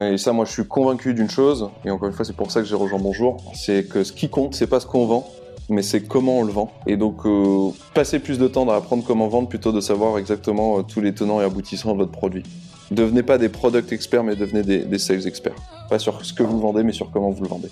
Et ça, moi, je suis convaincu d'une chose, et encore une fois, c'est pour ça que j'ai rejoint Bonjour, c'est que ce qui compte, c'est pas ce qu'on vend, mais c'est comment on le vend. Et donc, passez plus de temps à apprendre comment vendre plutôt de savoir exactement tous les tenants et aboutissants de votre produit. Devenez pas des product experts, mais devenez des sales experts. Pas sur ce que vous vendez, mais sur comment vous le vendez.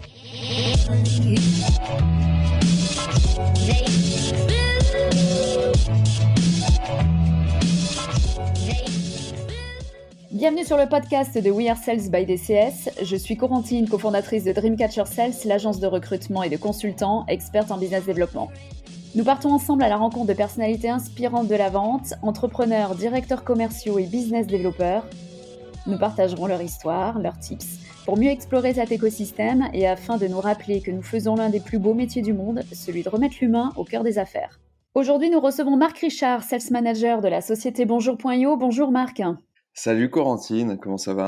Bienvenue sur le podcast de We Are Sales by DCS. Je suis Corentine, cofondatrice de Dreamcatcher Sales, l'agence de recrutement et de consultants experte en business développement. Nous partons ensemble à la rencontre de personnalités inspirantes de la vente, entrepreneurs, directeurs commerciaux et business développeurs. Nous partagerons leur histoire, leurs tips, pour mieux explorer cet écosystème et afin de nous rappeler que nous faisons l'un des plus beaux métiers du monde, celui de remettre l'humain au cœur des affaires. Aujourd'hui, nous recevons Marc Richard, Sales Manager de la société Bonjour.io. Bonjour Marc. Salut Corentine, comment ça va ?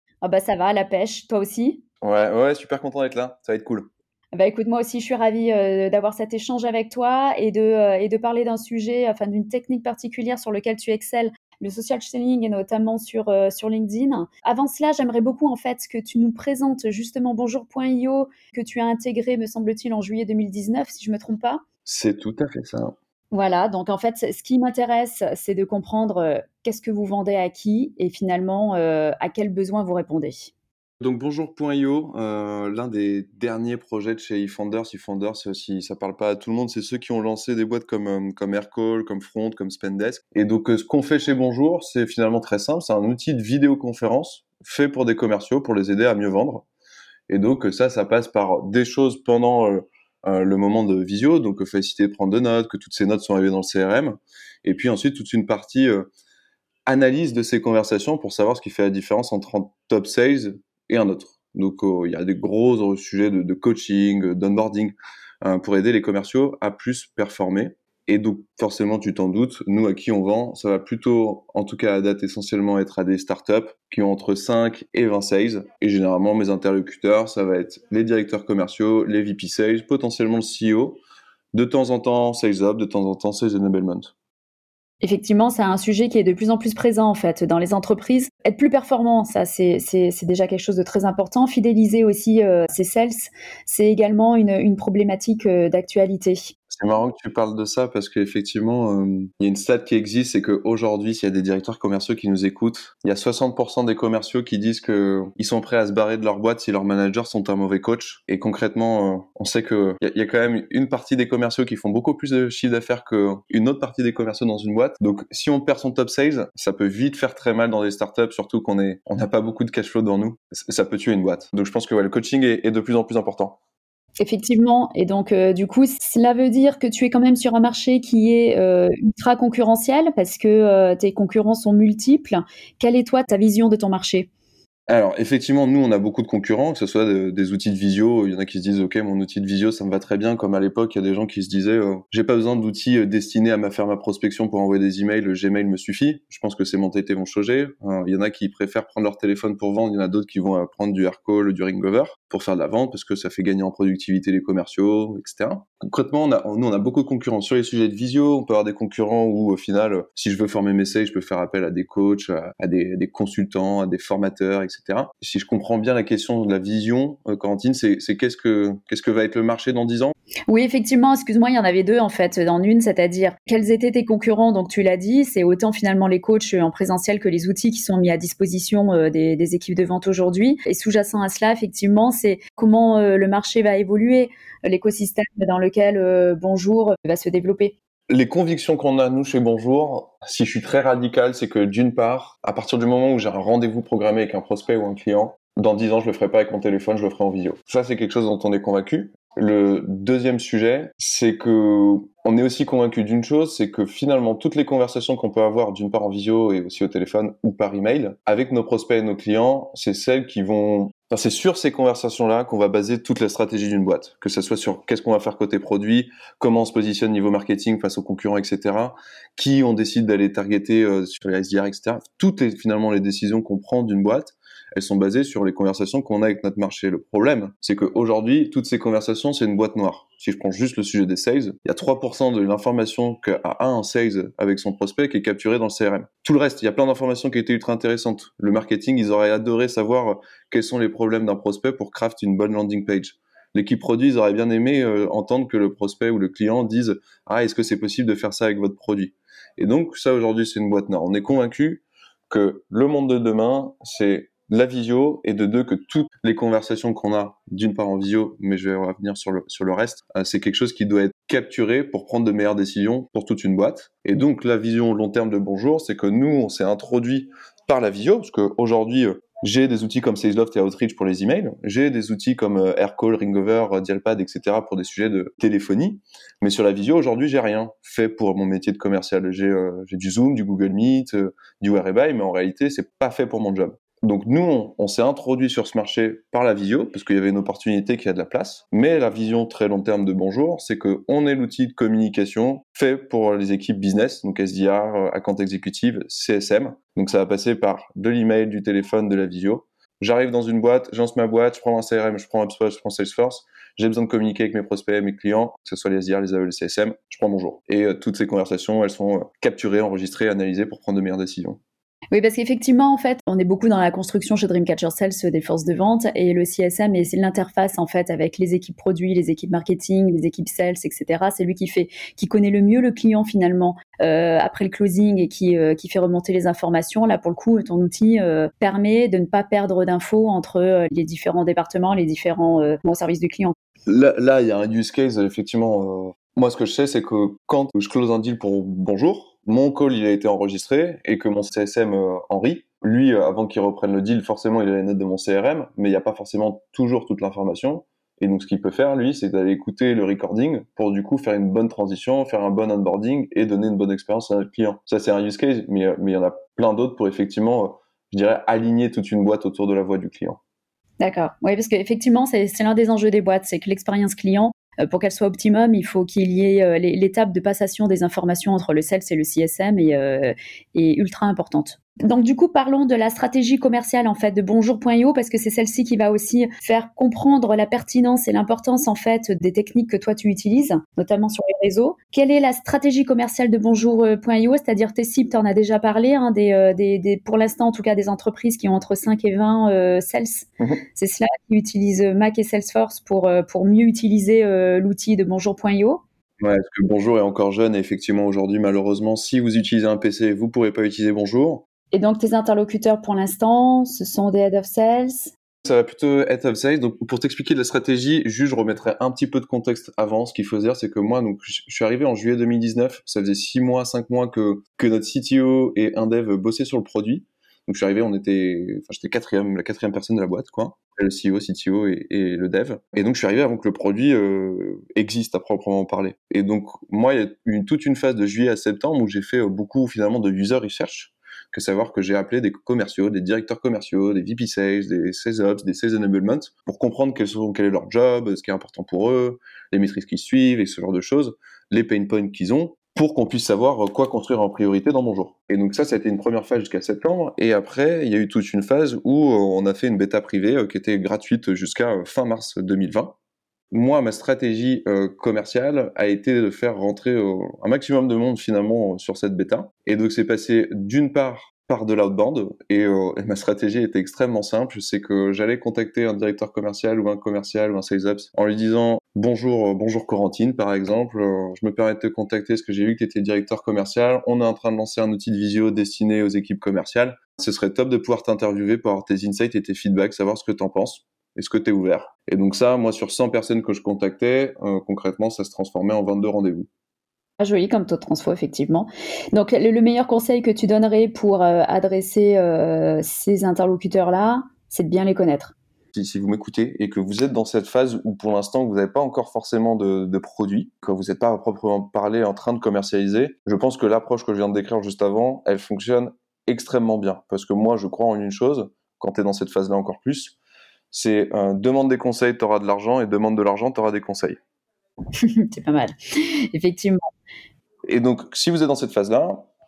Ça va, la pêche, toi aussi ? Ouais, super content d'être là, ça va être cool. Écoute, moi aussi, je suis ravie d'avoir cet échange avec toi et de parler d'un sujet, enfin d'une technique particulière sur lequel tu excelles, le social selling et notamment sur LinkedIn. Avant cela, j'aimerais beaucoup en fait que tu nous présentes justement Bonjour.io que tu as intégré, me semble-t-il, en juillet 2019, si je me trompe pas. C'est tout à fait ça. Voilà, donc en fait, ce qui m'intéresse, c'est de comprendre qu'est-ce que vous vendez à qui et finalement à quels besoins vous répondez. Donc Bonjour.io, l'un des derniers projets de chez eFounders. eFounders, si ça parle pas à tout le monde, c'est ceux qui ont lancé des boîtes comme Aircall, comme Front, comme Spendesk. Et donc ce qu'on fait chez Bonjour, c'est finalement très simple, c'est un outil de vidéoconférence fait pour des commerciaux, pour les aider à mieux vendre. Et donc ça passe par des choses pendant le moment de visio, donc faciliter de prendre de notes, que toutes ces notes sont arrivées dans le CRM. Et puis ensuite toute une partie analyse de ces conversations pour savoir ce qui fait la différence entre un top sales et un autre. Donc il y a des gros sujets de coaching, d'onboarding, pour aider les commerciaux à plus performer. Et donc forcément, tu t'en doutes, nous à qui on vend, ça va plutôt, en tout cas à date, essentiellement être à des startups qui ont entre 5 et 20 sales. Et généralement, mes interlocuteurs, ça va être les directeurs commerciaux, les VP sales, potentiellement le CEO, de temps en temps sales up, de temps en temps sales enablement. Effectivement, c'est un sujet qui est de plus en plus présent en fait dans les entreprises. Être plus performant, ça c'est déjà quelque chose de très important. Fidéliser aussi ses sales, c'est également une problématique d'actualité. C'est marrant que tu parles de ça parce qu'effectivement, il y a une stat qui existe, c'est qu'aujourd'hui, s'il y a des directeurs commerciaux qui nous écoutent, il y a 60% des commerciaux qui disent qu'ils sont prêts à se barrer de leur boîte si leurs managers sont un mauvais coach. Et concrètement, on sait qu'il y a quand même une partie des commerciaux qui font beaucoup plus de chiffre d'affaires qu'une autre partie des commerciaux dans une boîte. Donc, si on perd son top sales, ça peut vite faire très mal dans des startups, surtout on n'a pas beaucoup de cash flow devant nous. Ça peut tuer une boîte. Donc, je pense que le coaching est de plus en plus important. Effectivement, et donc du coup, cela veut dire que tu es quand même sur un marché qui est ultra concurrentiel parce que tes concurrents sont multiples. Quelle est toi ta vision de ton marché ? Alors, effectivement, nous, on a beaucoup de concurrents, que ce soit des outils de visio. Il y en a qui se disent, OK, mon outil de visio, ça me va très bien. Comme à l'époque, il y a des gens qui se disaient, j'ai pas besoin d'outils destinés à faire ma prospection pour envoyer des emails. Le Gmail me suffit. Je pense que ces mentalités vont changer. Il y en a qui préfèrent prendre leur téléphone pour vendre. Il y en a d'autres qui vont prendre du Aircall, du Ringover pour faire de la vente parce que ça fait gagner en productivité les commerciaux, etc. Concrètement, nous, on a beaucoup de concurrents sur les sujets de visio. On peut avoir des concurrents où, au final, si je veux former mes sales, je peux faire appel à des coachs, à des consultants, à des formateurs, etc. Si je comprends bien la question de la vision, Corentine, c'est qu'est-ce que va être le marché dans 10 ans ? Oui, effectivement, excuse-moi, il y en avait deux en fait dans une, c'est-à-dire quels étaient tes concurrents, donc tu l'as dit, c'est autant finalement les coachs en présentiel que les outils qui sont mis à disposition des équipes de vente aujourd'hui. Et sous-jacent à cela, effectivement, c'est comment le marché va évoluer, l'écosystème dans lequel Bonjour va se développer. Les convictions qu'on a, nous, chez Bonjour, si je suis très radical, c'est que d'une part, à partir du moment où j'ai un rendez-vous programmé avec un prospect ou un client, dans 10 ans, je le ferai pas avec mon téléphone, je le ferai en visio. Ça, c'est quelque chose dont on est convaincu. Le deuxième sujet, c'est que on est aussi convaincu d'une chose, c'est que finalement, toutes les conversations qu'on peut avoir, d'une part en visio et aussi au téléphone ou par email, avec nos prospects et nos clients, c'est celles qui vont... Enfin, c'est sur ces conversations-là qu'on va baser toute la stratégie d'une boîte. Que ce soit sur qu'est-ce qu'on va faire côté produit, comment on se positionne niveau marketing face aux concurrents, etc. Qui on décide d'aller targeter sur les SDR, etc. Toutes finalement les décisions qu'on prend d'une boîte, elles sont basées sur les conversations qu'on a avec notre marché. Le problème, c'est qu'aujourd'hui, toutes ces conversations, c'est une boîte noire. Si je prends juste le sujet des sales, il y a 3% de l'information qu'a un sales avec son prospect qui est capturée dans le CRM. Tout le reste, il y a plein d'informations qui étaient ultra intéressantes. Le marketing, ils auraient adoré savoir quels sont les problèmes d'un prospect pour craft une bonne landing page. L'équipe produit, ils auraient bien aimé entendre que le prospect ou le client dise « Ah, est-ce que c'est possible de faire ça avec votre produit ?» Et donc, ça, aujourd'hui, c'est une boîte noire. On est convaincu que le monde de demain, c'est la visio, et de deux, que toutes les conversations qu'on a, d'une part en visio, mais je vais revenir sur le reste, c'est quelque chose qui doit être capturé pour prendre de meilleures décisions pour toute une boîte. Et donc, la vision long terme de Bonjour, c'est que nous, on s'est introduit par la visio, parce qu'aujourd'hui, j'ai des outils comme Salesloft et Outreach pour les emails, j'ai des outils comme Aircall, Ringover, Dialpad, etc. pour des sujets de téléphonie, mais sur la visio, aujourd'hui, j'ai rien fait pour mon métier de commercial. J'ai du Zoom, du Google Meet, du Whereby, mais en réalité, c'est pas fait pour mon job. Donc nous, on s'est introduit sur ce marché par la visio, parce qu'il y avait une opportunité qui a de la place. Mais la vision très long terme de Bonjour, c'est qu'on est l'outil de communication fait pour les équipes business, donc SDR, account executive, CSM. Donc ça va passer par de l'email, du téléphone, de la visio. J'arrive dans une boîte, je lance ma boîte, je prends un CRM, je prends HubSpot, je prends Salesforce. J'ai besoin de communiquer avec mes prospects, mes clients, que ce soit les SDR, les AE, les CSM, je prends Bonjour. Et toutes ces conversations, elles sont capturées, enregistrées, analysées pour prendre de meilleures décisions. Oui, parce qu'effectivement, en fait, on est beaucoup dans la construction chez Dreamcatcher Sales des forces de vente, et le CSM, c'est l'interface en fait avec les équipes produits, les équipes marketing, les équipes sales, etc. C'est lui qui connaît le mieux le client finalement après le closing, et qui fait remonter les informations. Là, pour le coup, ton outil permet de ne pas perdre d'infos entre les différents départements, les différents services du client. Là, il y a un use case, effectivement. Moi, ce que je sais, c'est que quand je close un deal pour Bonjour, mon call, il a été enregistré, et que mon CSM, Henri, lui, avant qu'il reprenne le deal, forcément, il a les notes de mon CRM, mais il n'y a pas forcément toujours toute l'information. Et donc, ce qu'il peut faire, lui, c'est d'aller écouter le recording pour, du coup, faire une bonne transition, faire un bon onboarding et donner une bonne expérience à notre client. Ça, c'est un use case, mais il y en a plein d'autres pour, effectivement, je dirais, aligner toute une boîte autour de la voix du client. D'accord. Oui, parce qu'effectivement, c'est l'un des enjeux des boîtes, c'est que l'expérience client, pour qu'elle soit optimum, il faut qu'il y ait l'étape de passation des informations entre le sales et le CSM est ultra importante. Donc du coup, parlons de la stratégie commerciale en fait de Bonjour.io, parce que c'est celle-ci qui va aussi faire comprendre la pertinence et l'importance en fait des techniques que toi tu utilises, notamment sur les réseaux. Quelle est la stratégie commerciale de Bonjour.io, c'est-à-dire tes cibles, tu en as déjà parlé, hein, pour l'instant en tout cas des entreprises qui ont entre 5 et 20 sales. C'est cela qui utilisent Mac et Salesforce pour mieux utiliser l'outil de Bonjour.io. Ouais, parce que Bonjour est encore jeune, et effectivement, aujourd'hui, malheureusement, si vous utilisez un PC, vous pourrez pas utiliser Bonjour. Et donc, tes interlocuteurs pour l'instant, ce sont des head of sales. Ça va plutôt être of sales. Donc, pour t'expliquer la stratégie, juste, je remettrai un petit peu de contexte avant. Ce qu'il faut dire, c'est que moi, donc, je suis arrivé en juillet 2019. Ça faisait 6 mois, 5 mois que notre CTO et un dev bossaient sur le produit. Donc, je suis arrivé, j'étais la quatrième personne de la boîte, quoi. Le CEO, CTO et le dev. Et donc, je suis arrivé avant que le produit existe à proprement parler. Et donc, moi, il y a eu toute une phase de juillet à septembre où j'ai fait beaucoup, finalement, de user research. Que savoir que j'ai appelé des commerciaux, des directeurs commerciaux, des VP Sales, des Sales Ops, des Sales Enablement, pour comprendre quel est leur job, ce qui est important pour eux, les métriques qu'ils suivent et ce genre de choses, les pain points qu'ils ont, pour qu'on puisse savoir quoi construire en priorité dans Bonjour. Et donc ça a été une première phase jusqu'à septembre, et après, il y a eu toute une phase où on a fait une bêta privée qui était gratuite jusqu'à fin mars 2020. Moi, ma stratégie commerciale a été de faire rentrer un maximum de monde finalement sur cette bêta. Et donc c'est passé d'une part par de l'outbound, et ma stratégie était extrêmement simple, c'est que j'allais contacter un directeur commercial ou un sales ops en lui disant bonjour Corentine par exemple, je me permets de te contacter parce que j'ai vu que tu étais directeur commercial, on est en train de lancer un outil de visio destiné aux équipes commerciales. Ce serait top de pouvoir t'interviewer pour avoir tes insights et tes feedbacks, savoir ce que t'en penses. Est-ce que tu es ouvert? Et donc ça, moi, sur 100 personnes que je contactais, concrètement, ça se transformait en 22 rendez-vous. Joli comme taux de transfo, effectivement. Donc, le meilleur conseil que tu donnerais pour adresser ces interlocuteurs-là, c'est de bien les connaître. Si vous m'écoutez et que vous êtes dans cette phase où pour l'instant vous n'avez pas encore forcément de produit, que vous n'êtes pas à proprement parler en train de commercialiser, je pense que l'approche que je viens de décrire juste avant, elle fonctionne extrêmement bien. Parce que moi, je crois en une chose, quand tu es dans cette phase-là encore plus, c'est demande des conseils, tu auras de l'argent, et demande de l'argent, tu auras des conseils. C'est pas mal, effectivement. Et donc, si vous êtes dans cette phase-là,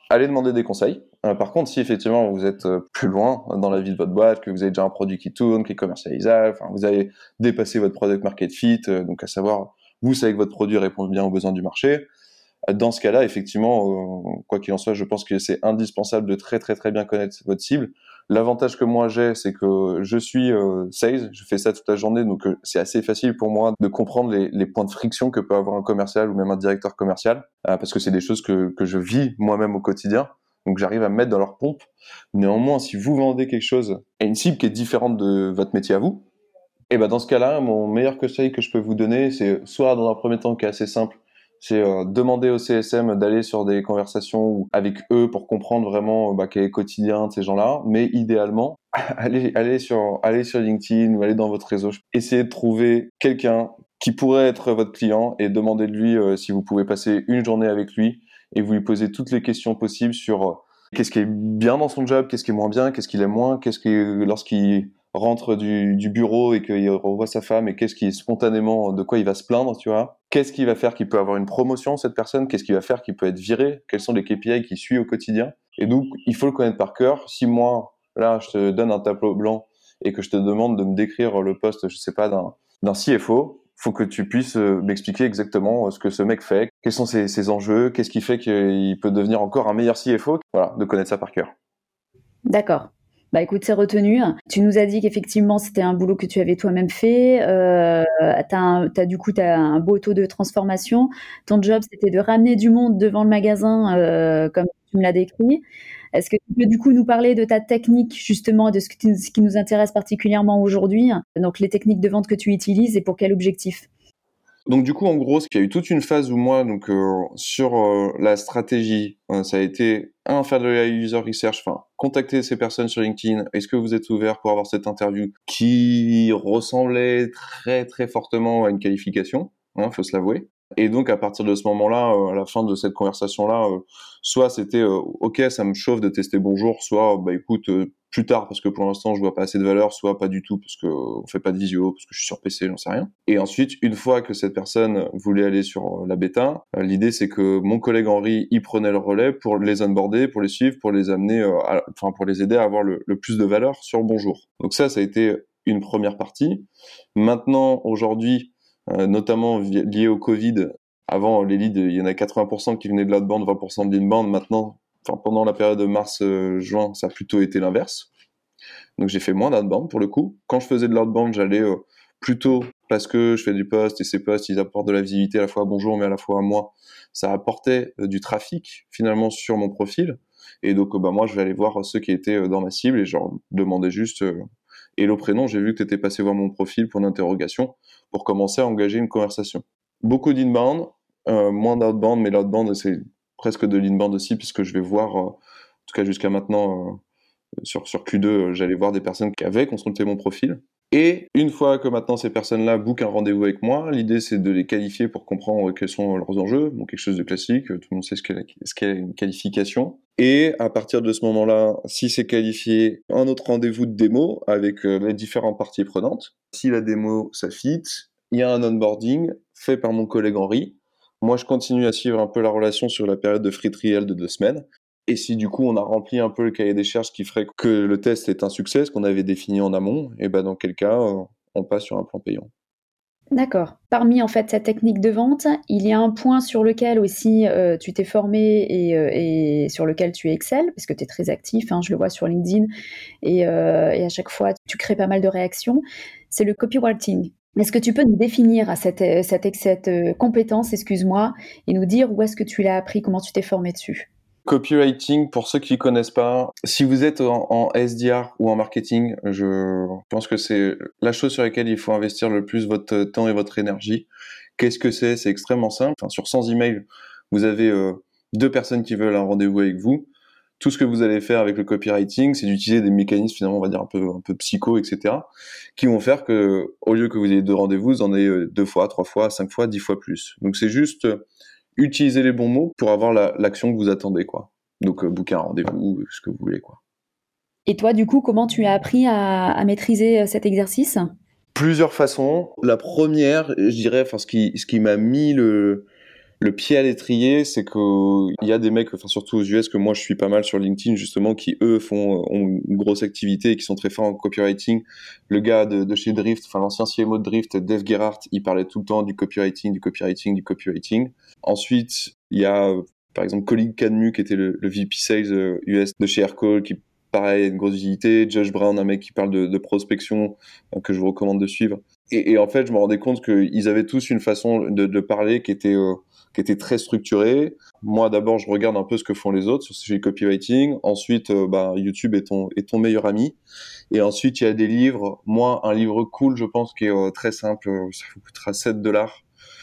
allez demander des conseils. Par contre, si effectivement vous êtes plus loin dans la vie de votre boîte, que vous avez déjà un produit qui tourne, qui est commercialisable, enfin, vous avez dépassé votre product market fit, donc à savoir, vous savez que votre produit répond bien aux besoins du marché. Dans ce cas-là, effectivement, quoi qu'il en soit, je pense que c'est indispensable de très très très bien connaître votre cible. L'avantage que moi j'ai, c'est que je suis sales, je fais ça toute la journée, donc c'est assez facile pour moi de comprendre les points de friction que peut avoir un commercial ou même un directeur commercial, parce que c'est des choses que je vis moi-même au quotidien. Donc j'arrive à me mettre dans leur pompe. Néanmoins, si vous vendez quelque chose à une cible qui est différente de votre métier à vous, et ben dans ce cas-là, mon meilleur conseil que je peux vous donner, c'est soit dans un premier temps qui est assez simple, c'est demander au CSM d'aller sur des conversations avec eux pour comprendre vraiment quel est le quotidien de ces gens-là, mais idéalement, allez sur LinkedIn ou allez dans votre réseau, essayez de trouver quelqu'un qui pourrait être votre client et demandez de lui si vous pouvez passer une journée avec lui et vous lui posez toutes les questions possibles sur qu'est-ce qui est bien dans son job, qu'est-ce qui est moins bien, qu'est-ce qu'il aime moins, qu'est-ce qui lorsqu'il rentre du bureau et qu'il revoit sa femme et qu'est-ce qui est spontanément de quoi il va se plaindre, tu vois. Qu'est-ce qu'il va faire qu'il peut avoir une promotion, cette personne? Qu'est-ce qu'il va faire qu'il peut être viré? Quels sont les KPI qu'il suit au quotidien? Et donc, il faut le connaître par cœur. Si moi, là, je te donne un tableau blanc et que je te demande de me décrire le poste, je sais pas, d'un CFO, faut que tu puisses m'expliquer exactement ce que ce mec fait, quels sont ses enjeux, qu'est-ce qui fait qu'il peut devenir encore un meilleur CFO. Voilà, de connaître ça par cœur. D'accord. Bah écoute, c'est retenu. Tu nous as dit qu'effectivement, c'était un boulot que tu avais toi-même fait. Du coup, tu as un beau taux de transformation. Ton job, c'était de ramener du monde devant le magasin, comme tu me l'as décrit. Est-ce que tu peux du coup nous parler de ta technique, justement, de ce qui nous intéresse particulièrement aujourd'hui? Donc, les techniques de vente que tu utilises et pour quel objectif? Donc du coup, en gros, il y a eu toute une phase où moi, donc sur la stratégie, ça a été faire de la user research, enfin contacter ces personnes sur LinkedIn. Est-ce que vous êtes ouvert pour avoir cette interview qui ressemblait très très fortement à une qualification, faut se l'avouer. Et donc à partir de ce moment-là, à la fin de cette conversation-là, soit c'était ok, ça me chauffe de tester bonjour, soit bah écoute plus tard parce que pour l'instant je vois pas assez de valeur, soit pas du tout parce que on fait pas de visio, parce que je suis sur PC, j'en sais rien. Et ensuite, une fois que cette personne voulait aller sur la bêta, l'idée c'est que mon collègue Henri y prenait le relais pour les onboarder, pour les suivre, pour les amener, pour les aider à avoir le plus de valeur sur bonjour. Donc ça a été une première partie. Maintenant, aujourd'hui, notamment lié au Covid. Avant, les leads, il y en a 80% qui venaient de l'outbound, 20% de l'inbound. Maintenant, pendant la période de mars-juin, ça a plutôt été l'inverse. Donc j'ai fait moins d'outbound pour le coup. Quand je faisais de l'outbound, j'allais plutôt parce que je fais du post et ces posts, ils apportent de la visibilité à la fois à Bonjour, mais à la fois à moi. Ça apportait du trafic finalement sur mon profil. Et donc moi, je vais aller voir ceux qui étaient dans ma cible et je leur demandais juste hello prénom, j'ai vu que tu étais passé voir mon profil pour une interrogation pour commencer à engager une conversation. Beaucoup d'inbound, moins d'outbound, mais l'outbound c'est presque de l'inbound aussi puisque je vais voir, en tout cas jusqu'à maintenant, sur Q2, j'allais voir des personnes qui avaient consulté mon profil. Et une fois que maintenant ces personnes-là bookent un rendez-vous avec moi, l'idée c'est de les qualifier pour comprendre quels sont leurs enjeux, donc quelque chose de classique, tout le monde sait ce qu'est une qualification. Et à partir de ce moment-là, si c'est qualifié, un autre rendez-vous de démo avec les différentes parties prenantes. Si la démo ça fit, il y a un onboarding fait par mon collègue Henri. Moi je continue à suivre un peu la relation sur la période de free trial de 2 semaines. Et si du coup on a rempli un peu le cahier des charges qui ferait que le test est un succès, ce qu'on avait défini en amont, et ben dans quel cas on passe sur un plan payant. D'accord. Parmi en fait cette technique de vente, il y a un point sur lequel aussi tu t'es formé et sur lequel tu excelles, parce que tu es très actif, hein, je le vois sur LinkedIn, et à chaque fois tu crées pas mal de réactions, c'est le copywriting. Est-ce que tu peux nous définir à cette compétence, excuse-moi, et nous dire où est-ce que tu l'as appris, comment tu t'es formé dessus? Copywriting, pour ceux qui ne connaissent pas, si vous êtes en SDR ou en marketing, je pense que c'est la chose sur laquelle il faut investir le plus votre temps et votre énergie. Qu'est-ce que c'est? C'est extrêmement simple. Enfin, sur 100 emails, vous avez 2 personnes qui veulent un rendez-vous avec vous. Tout ce que vous allez faire avec le copywriting, c'est d'utiliser des mécanismes finalement, on va dire un peu psycho, etc., qui vont faire que, au lieu que vous ayez 2 rendez-vous, vous en ayez 2 fois, 3 fois, 5 fois, 10 fois plus. Donc c'est juste utilisez les bons mots pour avoir l'action que vous attendez, quoi. Donc, booker un rendez-vous, ce que vous voulez, quoi. Et toi, du coup, comment tu as appris à maîtriser cet exercice? Plusieurs façons. La première, je dirais, enfin, ce qui m'a mis Le pied à l'étrier, c'est qu'il y a des mecs, enfin surtout aux US, que moi je suis pas mal sur LinkedIn justement, qui eux ont une grosse activité et qui sont très forts en copywriting. Le gars de chez Drift, enfin l'ancien CMO de Drift, Dave Gerhardt, il parlait tout le temps du copywriting, du copywriting, du copywriting. Ensuite, il y a par exemple Colin Cadmu qui était le VP Sales US de chez Aircall, qui pareil a une grosse visibilité. Josh Brown, un mec qui parle de prospection que je vous recommande de suivre. Et en fait, je me rendais compte qu'ils avaient tous une façon de parler qui était très structurée. Moi, d'abord, je regarde un peu ce que font les autres sur le copywriting. Ensuite, YouTube est ton meilleur ami. Et ensuite, il y a des livres. Moi, un livre cool, je pense, qui est très simple, ça vous coûtera $7.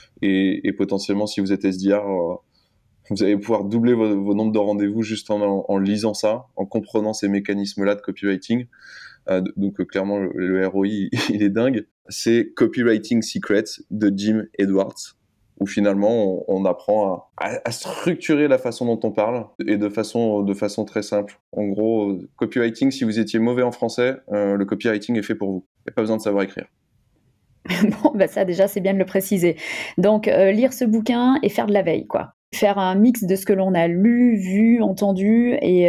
Et potentiellement, si vous êtes SDR, vous allez pouvoir doubler vos nombres de rendez-vous juste en lisant ça, en comprenant ces mécanismes-là de copywriting. Donc clairement, le ROI, il est dingue. C'est Copywriting Secrets de Jim Edwards, où finalement on apprend à structurer la façon dont on parle et de façon très simple. En gros, copywriting, si vous étiez mauvais en français, le copywriting est fait pour vous. Il n'y a pas besoin de savoir écrire. Bon, bah ça déjà, c'est bien de le préciser. Donc, lire ce bouquin et faire de la veille, quoi. Faire un mix de ce que l'on a lu, vu, entendu, et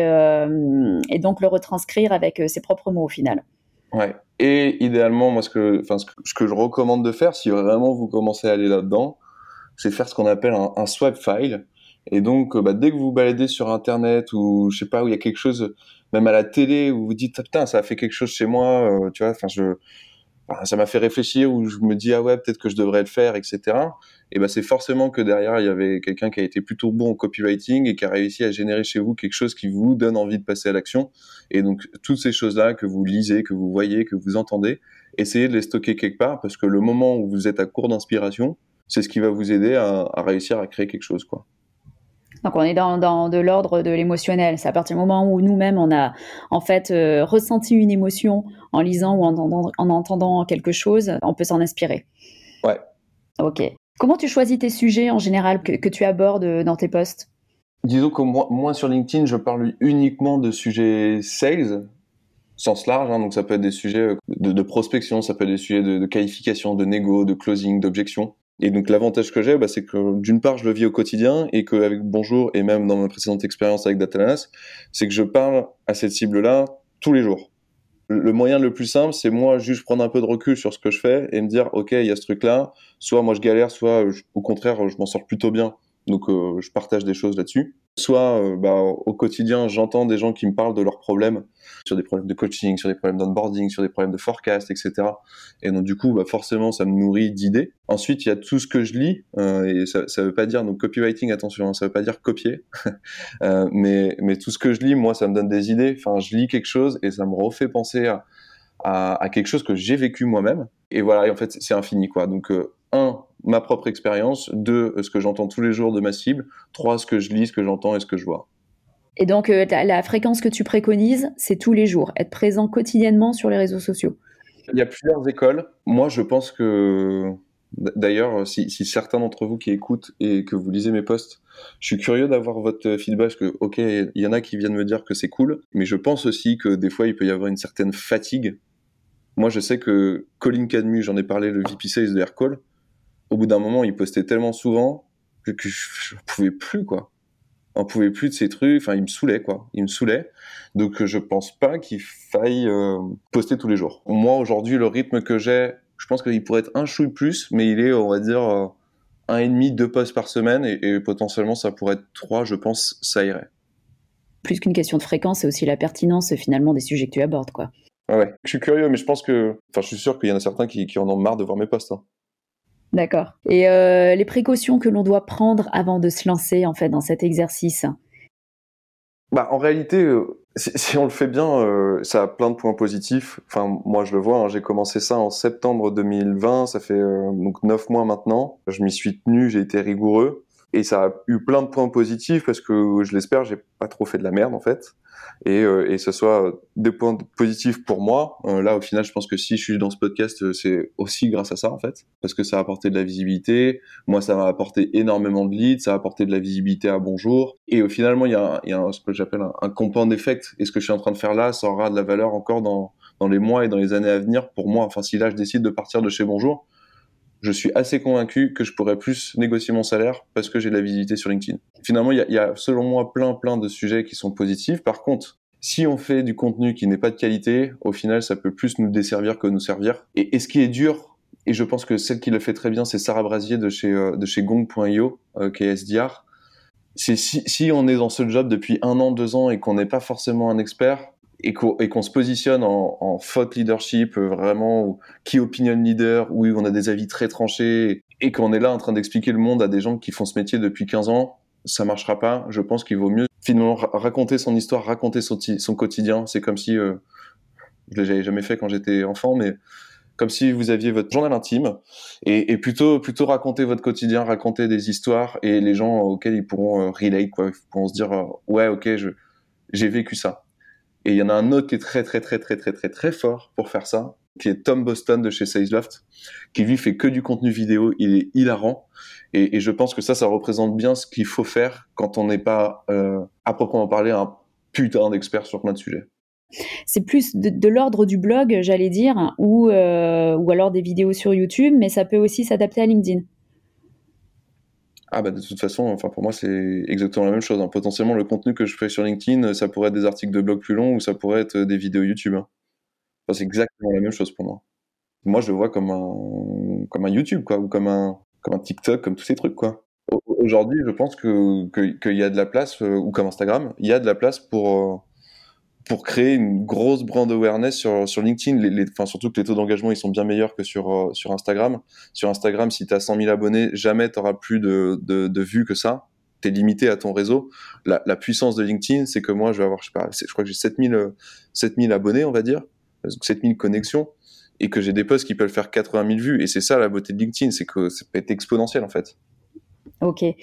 donc le retranscrire avec ses propres mots au final. Ouais. Et idéalement, moi, ce que je recommande de faire, si vraiment vous commencez à aller là-dedans, c'est faire ce qu'on appelle un swipe file. Et donc, dès que vous vous baladez sur Internet ou je sais pas où il y a quelque chose, même à la télé, où vous dites ah, putain, ça a fait quelque chose chez moi, tu vois, ça m'a fait réfléchir, ou je me dis ah ouais, peut-être que je devrais le faire, etc. Et ben c'est forcément que derrière il y avait quelqu'un qui a été plutôt bon en copywriting et qui a réussi à générer chez vous quelque chose qui vous donne envie de passer à l'action. Et donc toutes ces choses-là que vous lisez, que vous voyez, que vous entendez, essayez de les stocker quelque part, parce que le moment où vous êtes à court d'inspiration, c'est ce qui va vous aider à réussir à créer quelque chose, quoi. Donc on est dans de l'ordre de l'émotionnel. C'est à partir du moment où nous-mêmes on a en fait ressenti une émotion en lisant ou en entendant quelque chose, on peut s'en inspirer. Ouais. Ok. Comment tu choisis tes sujets en général que tu abordes dans tes posts? Disons que moi sur LinkedIn, je parle uniquement de sujets sales, sens large, hein, donc ça peut être des sujets de prospection, ça peut être des sujets de qualification, de négo, de closing, d'objection. Et donc l'avantage que j'ai, c'est que d'une part je le vis au quotidien, et qu'avec Bonjour et même dans ma précédente expérience avec Datanas, c'est que je parle à cette cible-là tous les jours. Le moyen le plus simple, c'est moi juste prendre un peu de recul sur ce que je fais et me dire ok, il y a ce truc-là, soit moi je galère, soit au contraire je m'en sors plutôt bien, donc je partage des choses là-dessus. Soit au quotidien j'entends des gens qui me parlent de leurs problèmes, sur des problèmes de coaching, sur des problèmes d'onboarding, sur des problèmes de forecast, etc. Et donc du coup forcément ça me nourrit d'idées. Ensuite il y a tout ce que je lis, et ça veut pas dire, donc copywriting, attention, ça veut pas dire copier. Mais tout ce que je lis, moi, ça me donne des idées. Enfin, je lis quelque chose et ça me refait penser à quelque chose que j'ai vécu moi-même. Et voilà, et en fait, c'est infini, quoi. Donc, ma propre expérience. Deux, ce que j'entends tous les jours de ma cible. Trois, ce que je lis, ce que j'entends et ce que je vois. Et donc la fréquence que tu préconises, c'est tous les jours, être présent quotidiennement sur les réseaux sociaux. Il y a plusieurs écoles. Moi, je pense que, d'ailleurs, si certains d'entre vous qui écoutent et que vous lisez mes posts, je suis curieux d'avoir votre feedback, parce que, ok, il y en a qui viennent me dire que c'est cool, mais je pense aussi que des fois, il peut y avoir une certaine fatigue. Moi, je sais que Colin Cadmu, j'en ai parlé, le VP Sales de Aircall, au bout d'un moment, il postait tellement souvent que je pouvais plus, quoi. On pouvait plus de ces trucs, enfin, il me saoulait, quoi. Il me saoulait. Donc, je pense pas qu'il faille poster tous les jours. Moi, aujourd'hui, le rythme que j'ai, je pense qu'il pourrait être un chouille plus, mais il est, on va dire, un et demi, deux posts par semaine, et potentiellement, ça pourrait être trois, je pense, ça irait. Plus qu'une question de fréquence, c'est aussi la pertinence finalement des sujets que tu abordes, quoi. Ouais. Je suis curieux, mais je suis sûr qu'il y en a certains qui en ont marre de voir mes posts, hein. D'accord. Et les précautions que l'on doit prendre avant de se lancer en fait dans cet exercice? En réalité, si on le fait bien, ça a plein de points positifs. Enfin, moi, je le vois, hein, j'ai commencé ça en septembre 2020, ça fait donc 9 mois maintenant. Je m'y suis tenu, j'ai été rigoureux, et ça a eu plein de points positifs parce que, je l'espère, j'ai pas trop fait de la merde en fait. Et ce soit des points positifs pour moi. Là, au final, je pense que si je suis dans ce podcast, c'est aussi grâce à ça en fait, parce que ça a apporté de la visibilité. Moi, ça m'a apporté énormément de leads, ça a apporté de la visibilité à Bonjour. Et finalement, il y a ce que j'appelle un compound effect. Et ce que je suis en train de faire là, ça aura de la valeur encore dans les mois et dans les années à venir pour moi. Enfin, si là, je décide de partir de chez Bonjour, je suis assez convaincu que je pourrais plus négocier mon salaire parce que j'ai de la visibilité sur LinkedIn. Finalement, il y a selon moi plein de sujets qui sont positifs. Par contre, si on fait du contenu qui n'est pas de qualité, au final, ça peut plus nous desservir que nous servir. Et ce qui est dur, et je pense que celle qui le fait très bien, c'est Sarah Brasier de chez Gong.io, qui est SDR. C'est si on est dans ce job depuis 1 an, 2 ans et qu'on n'est pas forcément un expert, et qu'on se positionne en thought leadership, vraiment key opinion leader, où on a des avis très tranchés, et qu'on est là en train d'expliquer le monde à des gens qui font ce métier depuis 15 ans, ça marchera pas. Je pense qu'il vaut mieux finalement raconter son histoire, raconter son quotidien. C'est comme si, je l'avais jamais fait quand j'étais enfant, mais comme si vous aviez votre journal intime, et plutôt raconter votre quotidien, raconter des histoires, et les gens auxquels ils pourront relate, quoi. Ils pourront se dire ouais, ok, j'ai vécu ça. Et il y en a un autre qui est très fort pour faire ça, qui est Tom Boston de chez Salesloft, qui lui fait que du contenu vidéo, il est hilarant, et je pense que ça représente bien ce qu'il faut faire quand on n'est pas, à proprement parler, un putain d'expert sur plein de sujets. C'est plus de l'ordre du blog, j'allais dire, ou alors des vidéos sur YouTube, mais ça peut aussi s'adapter à LinkedIn. Ah bah de toute façon, enfin pour moi c'est exactement la même chose, hein. Potentiellement le contenu que je fais sur LinkedIn, ça pourrait être des articles de blog plus longs, ou ça pourrait être des vidéos YouTube, hein. Enfin, c'est exactement la même chose pour moi. Moi je le vois comme un YouTube, quoi, ou comme un TikTok, comme tous ces trucs, quoi. Aujourd'hui, je pense qu'il y a de la place, ou comme Instagram, il y a de la place pour créer une grosse brand awareness sur LinkedIn. Enfin, surtout que les taux d'engagement, ils sont bien meilleurs que sur Instagram. Sur Instagram, si tu as 100 000 abonnés, jamais tu auras plus de vues que ça. Tu es limité à ton réseau. La puissance de LinkedIn, c'est que moi, je vais avoir, je sais pas, je crois que j'ai 7 000 abonnés, on va dire, 7 000 connexions, et que j'ai des posts qui peuvent faire 80 000 vues. Et c'est ça la beauté de LinkedIn, c'est que ça peut être exponentiel, en fait. Ok. Et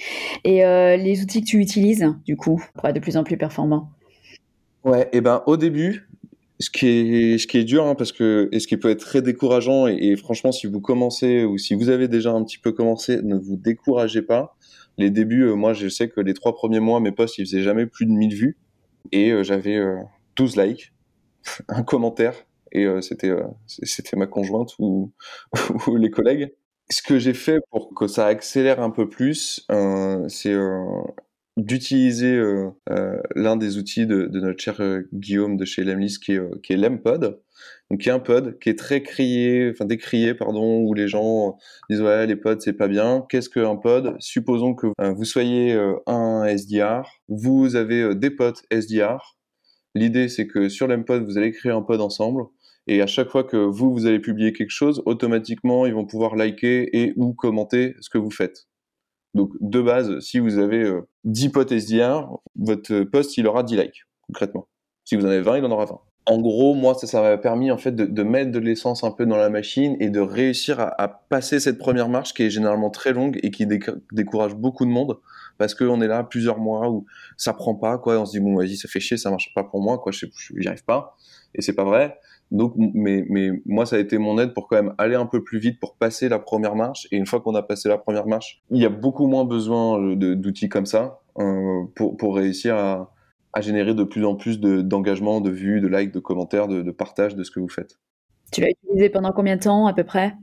les outils que tu utilises, du coup, pour être de plus en plus performant? Ouais, et ben au début, ce qui est dur, hein, parce que, et ce qui peut être très décourageant, et franchement, si vous commencez, ou si vous avez déjà un petit peu commencé, ne vous découragez pas. Les débuts, moi, je sais que les 3 premiers mois, mes posts, ils faisaient jamais plus de 1000 vues, et j'avais 12 likes, un commentaire, et c'était ma conjointe ou, ou les collègues. Ce que j'ai fait pour que ça accélère un peu plus, c'est d'utiliser l'un des outils de notre cher Guillaume de chez Lemlist, qui est Lempod. Donc, qui est un pod qui est très décrié, pardon, où les gens disent ouais, les pods c'est pas bien. Qu'est-ce qu'un pod? Supposons que vous soyez un SDR, vous avez des potes SDR. L'idée, c'est que sur l'Mpod, vous allez créer un pod ensemble, et à chaque fois que vous allez publier quelque chose, automatiquement, ils vont pouvoir liker et ou commenter ce que vous faites. Donc, de base, si vous avez 10 potes SDR, votre post, il aura 10 likes, concrètement. Si vous en avez 20, il en aura 20. En gros, moi, ça m'a permis en fait de mettre de l'essence un peu dans la machine, et de réussir à passer cette première marche qui est généralement très longue et qui décourage beaucoup de monde, parce qu'on est là plusieurs mois où ça prend pas, quoi. On se dit bon, vas-y, ça fait chier, ça marche pas pour moi, quoi. J'y arrive pas, et c'est pas vrai. Donc, mais moi, ça a été mon aide pour quand même aller un peu plus vite, pour passer la première marche. Et une fois qu'on a passé la première marche, il y a beaucoup moins besoin d'outils comme ça pour réussir à générer de plus en plus d'engagement, de vues, de likes, de commentaires, de partage de ce que vous faites. Tu l'as utilisé pendant combien de temps, à peu près?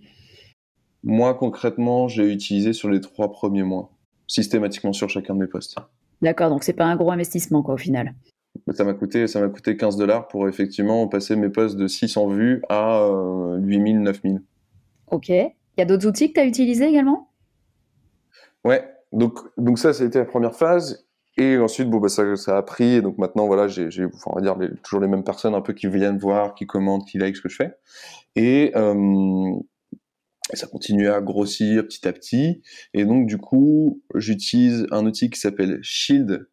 Moi, concrètement, j'ai utilisé sur les 3 premiers mois, systématiquement sur chacun de mes posts. D'accord, donc c'est pas un gros investissement, quoi, au final. Ça m'a coûté $15 pour effectivement passer mes posts de 600 vues à 8 000, 9 000. Ok. Il y a d'autres outils que tu as utilisés également? Ouais, donc ça, c'était la première phase. Et ensuite, bon, bah, ça a pris. Et donc maintenant, voilà, on va dire toujours les mêmes personnes un peu qui viennent voir, qui commentent, qui like ce que je fais. Et ça continue à grossir petit à petit. Et donc, du coup, j'utilise un outil qui s'appelle Shield,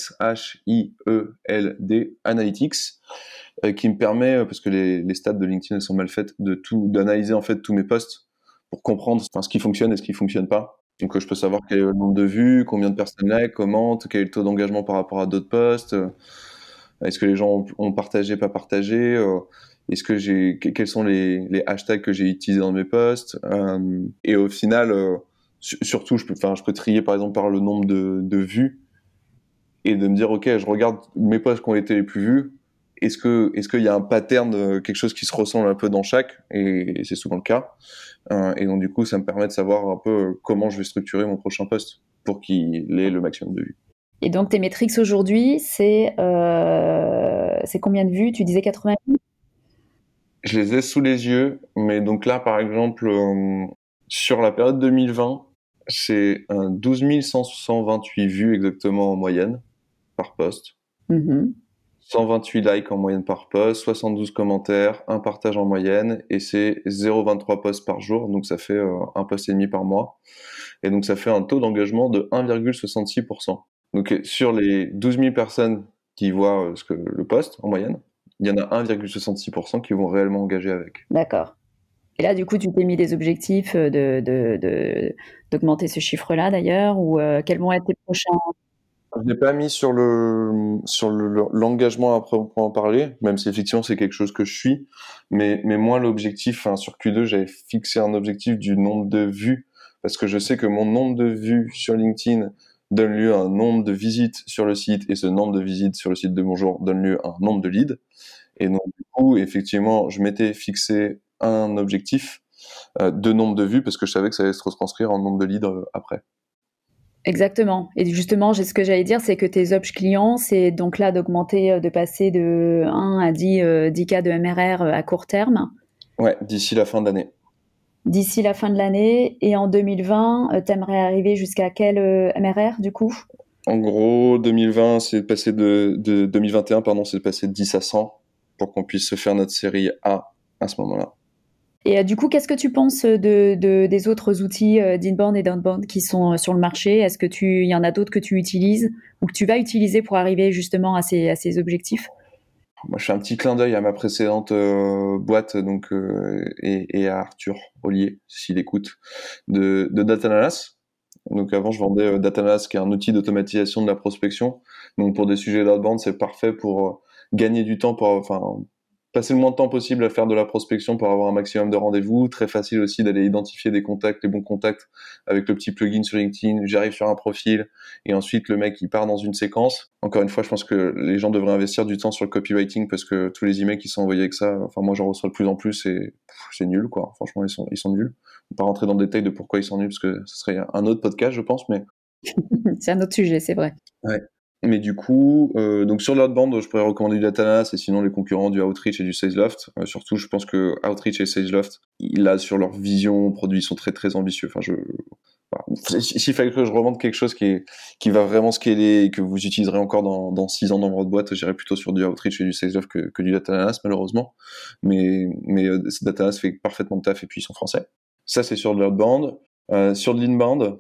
Shield Analytics, qui me permet, parce que les stats de LinkedIn elles sont mal faites, d'analyser en fait tous mes posts pour comprendre ce qui fonctionne et ce qui fonctionne pas. Donc, je peux savoir quel est le nombre de vues, combien de personnes like, commentent, quel est le taux d'engagement par rapport à d'autres posts, est-ce que les gens ont partagé, pas partagé, est-ce que quels sont les hashtags que j'ai utilisés dans mes posts, et au final, surtout, je peux trier par exemple par le nombre de vues, et de me dire ok, je regarde mes posts qui ont été les plus vus, est-ce qu'il y a un pattern, quelque chose qui se ressemble un peu dans chaque, et c'est souvent le cas. Et donc du coup, ça me permet de savoir un peu comment je vais structurer mon prochain post pour qu'il ait le maximum de vues. Et donc, tes métriques aujourd'hui, c'est combien de vues? Tu disais 80 000? Je les ai sous les yeux, mais donc là, par exemple, sur la période 2020, c'est 12 128 vues exactement en moyenne par post. Mhm. 128 likes en moyenne par post, 72 commentaires, un partage en moyenne, et c'est 0,23 posts par jour, donc ça fait un post et demi par mois. Et donc ça fait un taux d'engagement de 1,66%. Donc sur les 12 000 personnes qui voient le post en moyenne, il y en a 1,66% qui vont réellement engager avec. D'accord. Et là, du coup, tu t'es mis des objectifs d'augmenter ce chiffre-là, d'ailleurs, ou quels vont être tes prochains? Je l'ai pas mis l'engagement à proprement parler, même si effectivement c'est quelque chose que je suis. Mais moi, l'objectif, enfin, sur Q2, j'avais fixé un objectif du nombre de vues, parce que je sais que mon nombre de vues sur LinkedIn donne lieu à un nombre de visites sur le site, et ce nombre de visites sur le site de Bonjour donne lieu à un nombre de leads. Et donc, du coup, effectivement, je m'étais fixé un objectif de nombre de vues, parce que je savais que ça allait se retranscrire en nombre de leads après. Exactement. Et justement, ce que j'allais dire, c'est que tes obs clients, c'est donc là d'augmenter, de passer de 1 à 10 cas de MRR à court terme Ouais, d'ici la fin de l'année. d'ici la fin de l'année. Et en 2020, tu aimerais arriver jusqu'à quel MRR du coup? En gros, 2020, c'est de passer de 2021, pardon, c'est de passer de 10 à 100 pour qu'on puisse se faire notre série A à ce moment-là. Et du coup, qu'est-ce que tu penses des autres outils d'inbound et d'outbound qui sont sur le marché? Est-ce que il y en a d'autres que tu utilises ou que tu vas utiliser pour arriver justement à ces objectifs? Moi, je fais un petit clin d'œil à ma précédente boîte, donc et à Arthur Ollier, s'il écoute, de Datanas. Donc avant, je vendais Datanas, qui est un outil d'automatisation de la prospection. Donc pour des sujets d'outbound, c'est parfait pour gagner du temps, pour enfin passer le moins de temps possible à faire de la prospection pour avoir un maximum de rendez-vous. Très facile aussi d'aller identifier des contacts, les bons contacts, avec le petit plugin sur LinkedIn. J'arrive sur un profil et ensuite le mec il part dans une séquence. Encore une fois, je pense que les gens devraient investir du temps sur le copywriting, parce que tous les emails qui sont envoyés avec ça, enfin moi j'en reçois de plus en plus et c'est nul quoi. Franchement, ils sont nuls. On va pas rentrer dans le détail de pourquoi ils sont nuls, parce que ce serait un autre podcast, je pense, mais C'est un autre sujet, c'est vrai. ouais. Mais du coup, donc sur l'outbound, je pourrais recommander du Datanas, et sinon les concurrents du Outreach et du Salesloft. Surtout, je pense que Outreach et Salesloft, là, sur leur vision produit, ils sont très très ambitieux. Enfin, voilà. S'il fallait que je revende quelque chose qui va vraiment scaler et que vous utiliserez encore dans 6 ans dans votre boîte, j'irais plutôt sur du Outreach et du Salesloft que du Datanas, malheureusement. Mais Datanas fait parfaitement le taf, et puis ils sont français. Ça, c'est sur de l'outbound. Sur de l'inbound,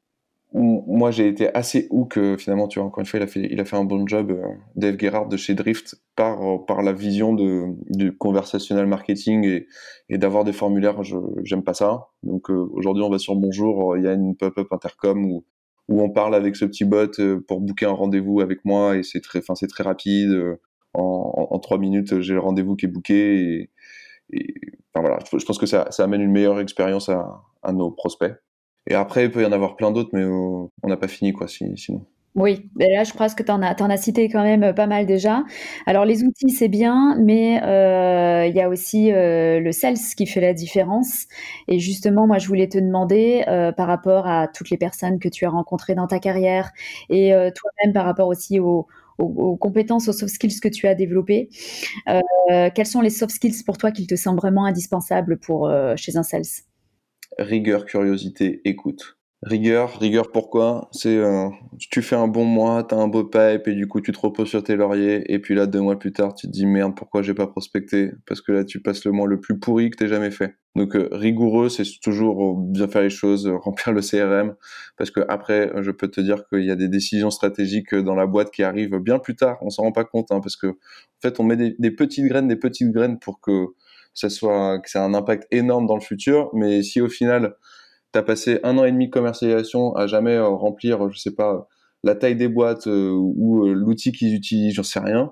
moi j'ai été assez hook, finalement, tu vois, encore une fois il a fait un bon job, Dave Gerhardt de chez Drift, par la vision du conversational marketing, et d'avoir des formulaires. J'aime pas ça, donc aujourd'hui on va sur Bonjour, il y a une pop-up intercom où on parle avec ce petit bot pour booker un rendez-vous avec moi, et c'est très rapide, en 3 minutes j'ai le rendez-vous qui est booké, et enfin voilà, je pense que ça amène une meilleure expérience à nos prospects. Et après, il peut y en avoir plein d'autres, mais on n'a pas fini, quoi, sinon. Oui, mais là, je pense que t'en as cité quand même pas mal déjà. Alors, les outils, c'est bien, mais il y a aussi le sales qui fait la différence. Et justement, moi, je voulais te demander, par rapport à toutes les personnes que tu as rencontrées dans ta carrière et toi-même par rapport aussi aux compétences, aux soft skills que tu as développées, quels sont les soft skills pour toi qui te semblent vraiment indispensables chez un sales? Rigueur, curiosité, écoute. Rigueur pourquoi? C'est tu fais un bon mois, t'as un beau pipe, et du coup tu te reposes sur tes lauriers, et puis là 2 mois plus tard tu te dis merde, pourquoi j'ai pas prospecté? Parce que là tu passes le mois le plus pourri que t'aies jamais fait. Donc rigoureux, c'est toujours bien faire les choses, remplir le CRM, parce que après je peux te dire qu'il y a des décisions stratégiques dans la boîte qui arrivent bien plus tard, on s'en rend pas compte, hein, parce que en fait on met des petites graines pour que ça ait un impact énorme dans le futur. Mais si au final t'as passé 1 an et demi de commercialisation à jamais remplir, je sais pas, la taille des boîtes ou l'outil qu'ils utilisent, j'en sais rien,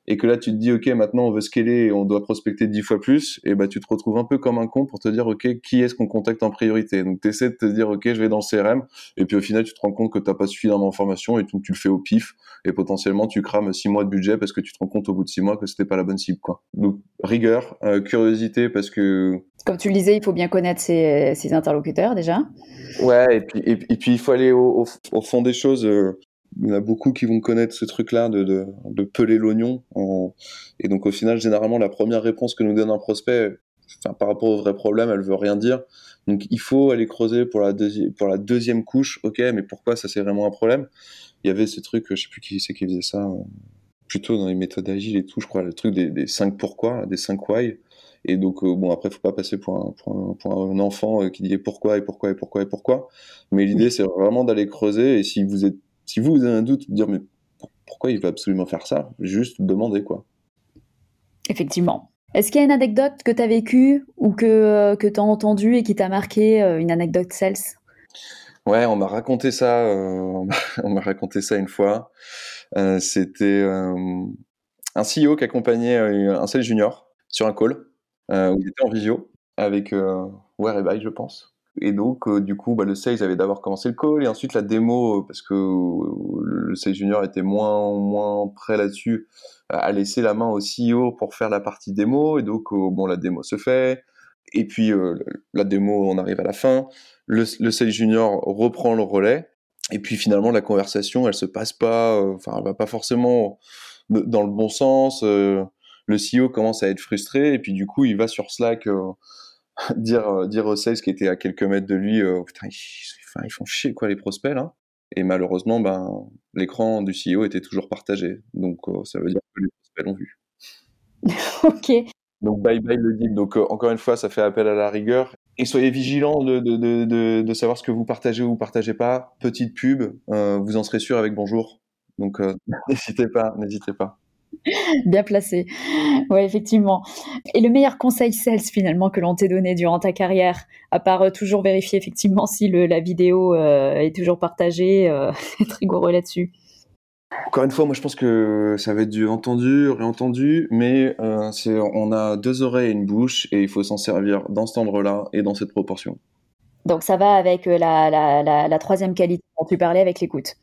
et que là tu te dis ok maintenant on veut scaler et on doit prospecter 10 fois plus, et bah tu te retrouves un peu comme un con pour te dire ok qui est-ce qu'on contacte en priorité. Donc tu essaies de te dire ok je vais dans le CRM, et puis au final tu te rends compte que t'as pas suffisamment d'informations et donc tu le fais au pif, et potentiellement tu crames 6 mois de budget parce que tu te rends compte au bout de 6 mois que c'était pas la bonne cible quoi. Donc rigueur, curiosité parce que Comme tu le disais, il faut bien connaître ses interlocuteurs déjà. ouais, et puis il faut aller au fond des choses. Il y en a beaucoup qui vont connaître ce truc-là de peler l'oignon. Et donc au final, généralement, la première réponse que nous donne un prospect, enfin, par rapport au vrai problème, elle veut rien dire. Donc il faut aller creuser pour la deuxième couche. Ok, mais pourquoi ça c'est vraiment un problème? Il y avait ce truc, je sais plus qui c'est qui faisait ça, plutôt dans les méthodes agiles et tout, je crois, le truc des 5 pourquoi, là, des 5 why. Et donc, bon, après, faut pas passer pour un enfant qui dit pourquoi et pourquoi et pourquoi et pourquoi. Mais l'idée, c'est vraiment d'aller creuser. Et si vous avez un doute, de dire, mais pourquoi il va absolument faire ça? Juste demander, quoi. Effectivement. Est-ce qu'il y a une anecdote que tu as vécue ou que tu as entendue et qui t'a marqué, une anecdote sales? Ouais, on m'a raconté ça, on m'a raconté ça une fois. C'était un CEO qui accompagnait un sales junior sur un call, où il était en visio avec Whereby, je pense. Et donc, du coup, bah, le sales avait d'abord commencé le call et ensuite la démo, parce que le sales junior était moins prêt là-dessus, a laissé la main au CEO pour faire la partie démo. Et donc, bon, la démo se fait. Et puis, la démo, on arrive à la fin. Le sales junior reprend le relais. Et puis finalement, la conversation, elle se passe pas, enfin, elle va pas forcément dans le bon sens. Le CEO commence à être frustré et puis du coup, il va sur Slack dire au sales qui était à quelques mètres de lui, putain, enfin, ils font chier quoi les prospects là. Et malheureusement, ben l'écran du CEO était toujours partagé, donc ça veut dire que les prospects l'ont vu. OK. Donc bye bye le deal. Donc encore une fois, ça fait appel à la rigueur. Et soyez vigilants de savoir ce que vous partagez ou vous partagez pas. Petite pub, vous en serez sûr avec bonjour. Donc n'hésitez pas, n'hésitez pas. Bien placé. Ouais, effectivement. Et le meilleur conseil sales finalement que l'on t'ait donné durant ta carrière, à part, toujours vérifier effectivement si la vidéo, est toujours partagée, être rigoureux là-dessus? Encore une fois, moi je pense que ça va être du entendu, réentendu, mais on a deux oreilles et une bouche et il faut s'en servir dans cet endroit-là et dans cette proportion. Donc ça va avec, la 3e qualité dont tu parlais avec l'écoute.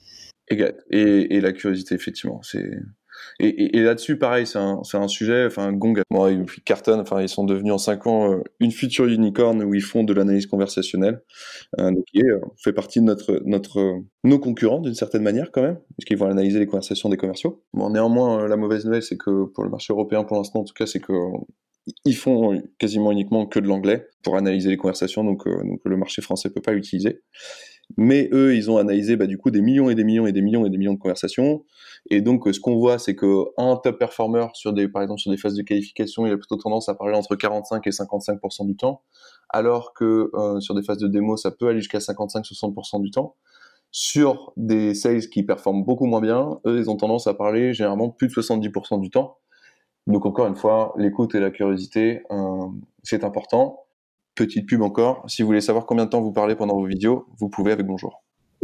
Et la curiosité, effectivement. Et là-dessus, pareil, c'est un sujet, enfin, Gong, bon, et puis Carton, enfin, ils sont devenus en 5 ans une future unicorn où ils font de l'analyse conversationnelle, donc qui fait partie de nos concurrents d'une certaine manière quand même, puisqu'ils vont analyser les conversations des commerciaux. Bon, néanmoins, la mauvaise nouvelle, c'est que pour le marché européen, pour l'instant, en tout cas, c'est que ils font quasiment uniquement que de l'anglais pour analyser les conversations, donc le marché français peut pas l'utiliser. Mais eux, ils ont analysé du coup des millions et des millions et des millions et des millions de conversations. Et donc, ce qu'on voit, c'est qu'un top performer par exemple, sur des phases de qualification, il a plutôt tendance à parler entre 45 et 55% du temps, alors que sur des phases de démo, ça peut aller jusqu'à 55-60% du temps. Sur des sales qui performent beaucoup moins bien, eux, ils ont tendance à parler généralement plus de 70% du temps. Donc encore une fois, l'écoute et la curiosité, c'est important. Petite pub encore, si vous voulez savoir combien de temps vous parlez pendant vos vidéos, vous pouvez avec bonjour.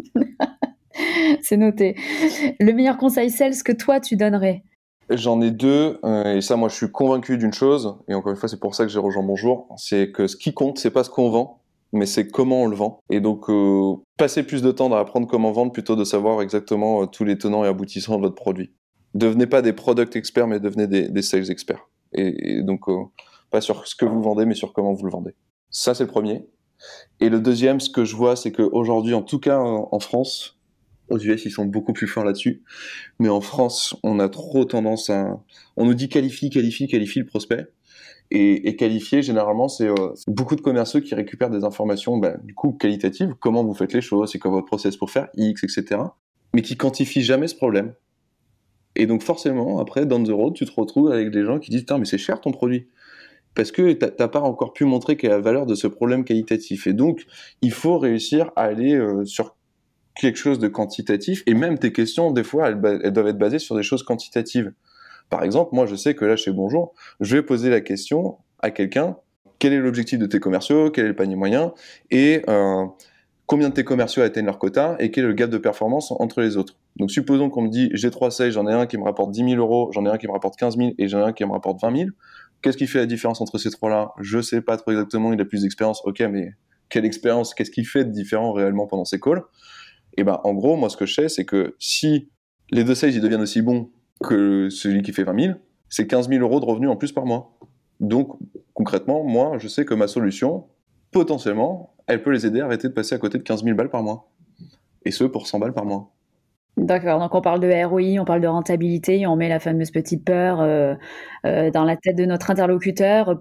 C'est noté. Le meilleur conseil sales que toi tu donnerais? J'en ai deux, et ça moi je suis convaincu d'une chose, et encore une fois c'est pour ça que j'ai rejoint Bonjour, c'est que ce qui compte c'est pas ce qu'on vend, mais c'est comment on le vend. Et donc passez plus de temps à apprendre comment vendre plutôt de savoir exactement tous les tenants et aboutissants de votre produit. Devenez pas des product experts, mais devenez des sales experts. Et donc pas sur ce que vous vendez, mais sur comment vous le vendez. Ça c'est le premier. Et le deuxième, ce que je vois, c'est qu'aujourd'hui, en tout cas en France, aux US, ils sont beaucoup plus forts là-dessus. Mais en France, on a trop tendance à... On nous dit qualifie, qualifie, qualifie le prospect. Et qualifier, généralement, c'est beaucoup de commerciaux qui récupèrent des informations, du coup, qualitatives. Comment vous faites les choses, c'est quoi votre process pour faire X, etc. Mais qui quantifient jamais ce problème. Et donc, forcément, après, down the road, tu te retrouves avec des gens qui disent, putain, mais c'est cher ton produit. Parce que t'as pas encore pu montrer quelle est la valeur de ce problème qualitatif. Et donc, il faut réussir à aller sur quelque chose de quantitatif, et même tes questions, des fois, elles doivent être basées sur des choses quantitatives. Par exemple, moi, je sais que là, chez Bonjour, je vais poser la question à quelqu'un, quel est l'objectif de tes commerciaux, quel est le panier moyen, et combien de tes commerciaux atteignent leur quota, et quel est le gap de performance entre les autres. Donc supposons qu'on me dit j'ai 3 sales, j'en ai un qui me rapporte 10 000 euros, j'en ai un qui me rapporte 15 000 et j'en ai un qui me rapporte 20 000. Qu'est-ce qui fait la différence entre ces trois-là? Je sais pas trop exactement, il a plus d'expérience. Ok, mais quelle expérience? Qu'est-ce qui fait de différent réellement pendant ces calls? Et ben en gros, moi ce que je sais, c'est que si les deux sales ils deviennent aussi bons que celui qui fait 20 000, c'est 15 000 euros de revenus en plus par mois. Donc concrètement, moi je sais que ma solution, potentiellement, elle peut les aider à arrêter de passer à côté de 15 000 balles par mois. Et ce pour 100 balles par mois. D'accord, donc on parle de ROI, on parle de rentabilité, et on met la fameuse petite peur dans la tête de notre interlocuteur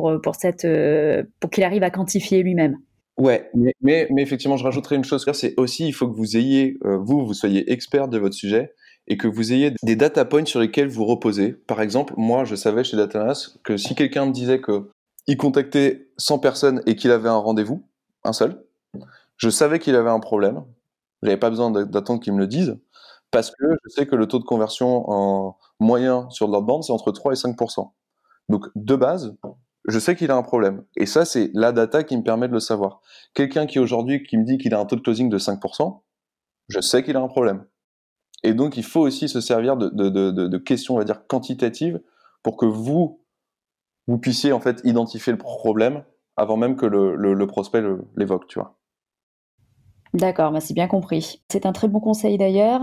pour qu'il arrive à quantifier lui-même. Ouais, mais effectivement, je rajouterais une chose, c'est aussi, il faut que vous ayez, vous soyez expert de votre sujet et que vous ayez des data points sur lesquels vous reposez. Par exemple, moi, je savais chez Datanas que si quelqu'un me disait que il contactait 100 personnes et qu'il avait un rendez-vous, un seul, je savais qu'il avait un problème. J'avais pas besoin d'attendre qu'il me le dise parce que je sais que le taux de conversion en moyen sur l'outbound, c'est entre 3 et 5%. Donc, de base, je sais qu'il a un problème. Et ça, c'est la data qui me permet de le savoir. Quelqu'un qui aujourd'hui, qui me dit qu'il a un taux de closing de 5%, je sais qu'il a un problème. Et donc, il faut aussi se servir de questions, on va dire, quantitatives pour que vous puissiez, en fait, identifier le problème avant même que le prospect l'évoque, tu vois. D'accord, bah c'est bien compris. C'est un très bon conseil d'ailleurs.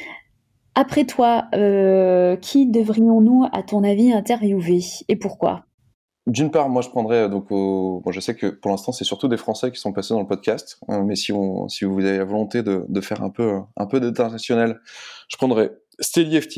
Après toi, qui devrions-nous, à ton avis, interviewer et pourquoi? D'une part, moi, je prendrais bon, je sais que pour l'instant, c'est surtout des Français qui sont passés dans le podcast, mais si vous avez la volonté de faire un peu d'international, je prendrais SteadyFT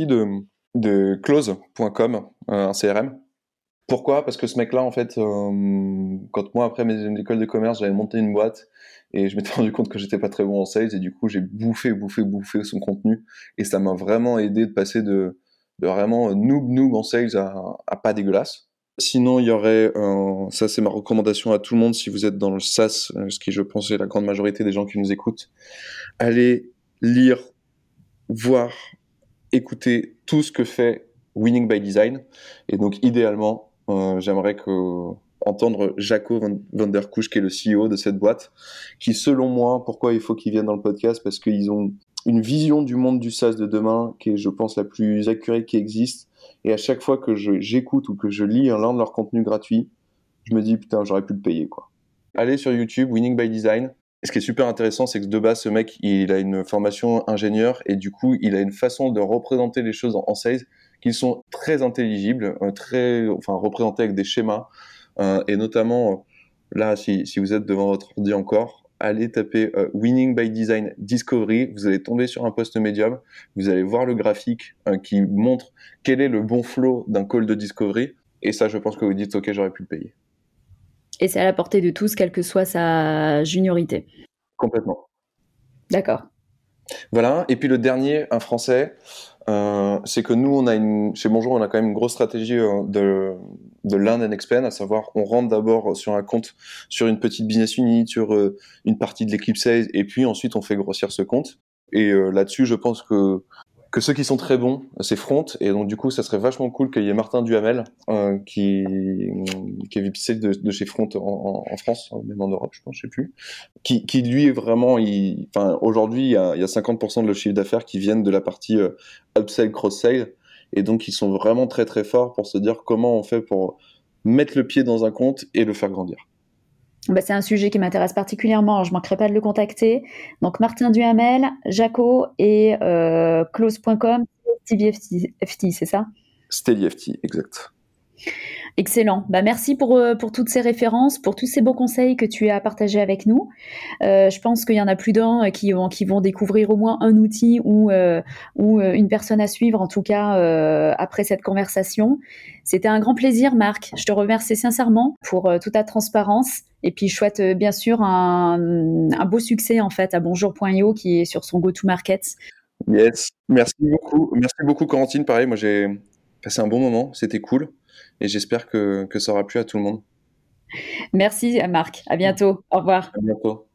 de Close.com, un CRM. Pourquoi? Parce que ce mec-là, en fait, quand moi, après mes écoles de commerce, j'avais monté une boîte et je m'étais rendu compte que j'étais pas très bon en sales et du coup, j'ai bouffé son contenu et ça m'a vraiment aidé de passer de vraiment noob en sales à pas dégueulasse. Sinon, il y aurait, ça c'est ma recommandation à tout le monde si vous êtes dans le SaaS, ce qui je pense est la grande majorité des gens qui nous écoutent, allez lire, voir, écouter tout ce que fait Winning by Design. Et donc idéalement, j'aimerais entendre Jaco van der Kusch, qui est le CEO de cette boîte, qui selon moi, pourquoi il faut qu'ils viennent dans le podcast, parce qu'ils ont une vision du monde du SaaS de demain qui est, je pense, la plus accurate qui existe. Et à chaque fois que j'écoute ou que je lis l'un de leurs contenus gratuits, je me dis, putain, j'aurais pu le payer, quoi. Allez sur YouTube, Winning by Design. Et ce qui est super intéressant, c'est que de base, ce mec, il a une formation ingénieur et du coup, il a une façon de représenter les choses en sales qui sont très intelligibles, représentées avec des schémas. Et notamment, là, si vous êtes devant votre ordi encore, allez taper Winning by Design Discovery. Vous allez tomber sur un post Medium. Vous allez voir le graphique qui montre quel est le bon flow d'un call de Discovery. Et ça, je pense que vous dites, OK, j'aurais pu le payer. Et c'est à la portée de tous, quelle que soit sa juniorité. Complètement. D'accord. Voilà. Et puis le dernier, un français, c'est que nous, chez Bonjour, on a quand même une grosse stratégie de learn and expand, à savoir, on rentre d'abord sur un compte, sur une petite business unit, sur une partie de l'équipe sales, et puis ensuite on fait grossir ce compte. Et là-dessus, je pense que ceux qui sont très bons, c'est Front, et donc du coup, ça serait vachement cool qu'il y ait Martin Duhamel, qui est VP Sales de chez Front en France, même en Europe, je pense, je sais plus, qui lui est vraiment, aujourd'hui, il y a 50% de le chiffre d'affaires qui viennent de la partie upsell, cross-sell, et donc ils sont vraiment très très forts pour se dire comment on fait pour mettre le pied dans un compte et le faire grandir. Bah, c'est un sujet qui m'intéresse particulièrement, je ne manquerai pas de le contacter. Donc Martin Duhamel, Jaco et close.com, SteadyFT, c'est ça? SteadyFT, exact. Excellent. Bah, merci pour toutes ces références, pour tous ces beaux conseils que tu as partagés avec nous. Je pense qu'il y en a plus d'un qui vont découvrir au moins un outil ou une personne à suivre, en tout cas après cette conversation. C'était un grand plaisir, Marc. Je te remercie sincèrement pour toute ta transparence. Et puis, je souhaite bien sûr un beau succès en fait à Bonjour.io qui est sur son go-to-market. Yes, merci beaucoup. Merci beaucoup, Corentine. Pareil, moi j'ai passé un bon moment, c'était cool. Et j'espère que ça aura plu à tout le monde. Merci, Marc. À bientôt. Au revoir. À bientôt.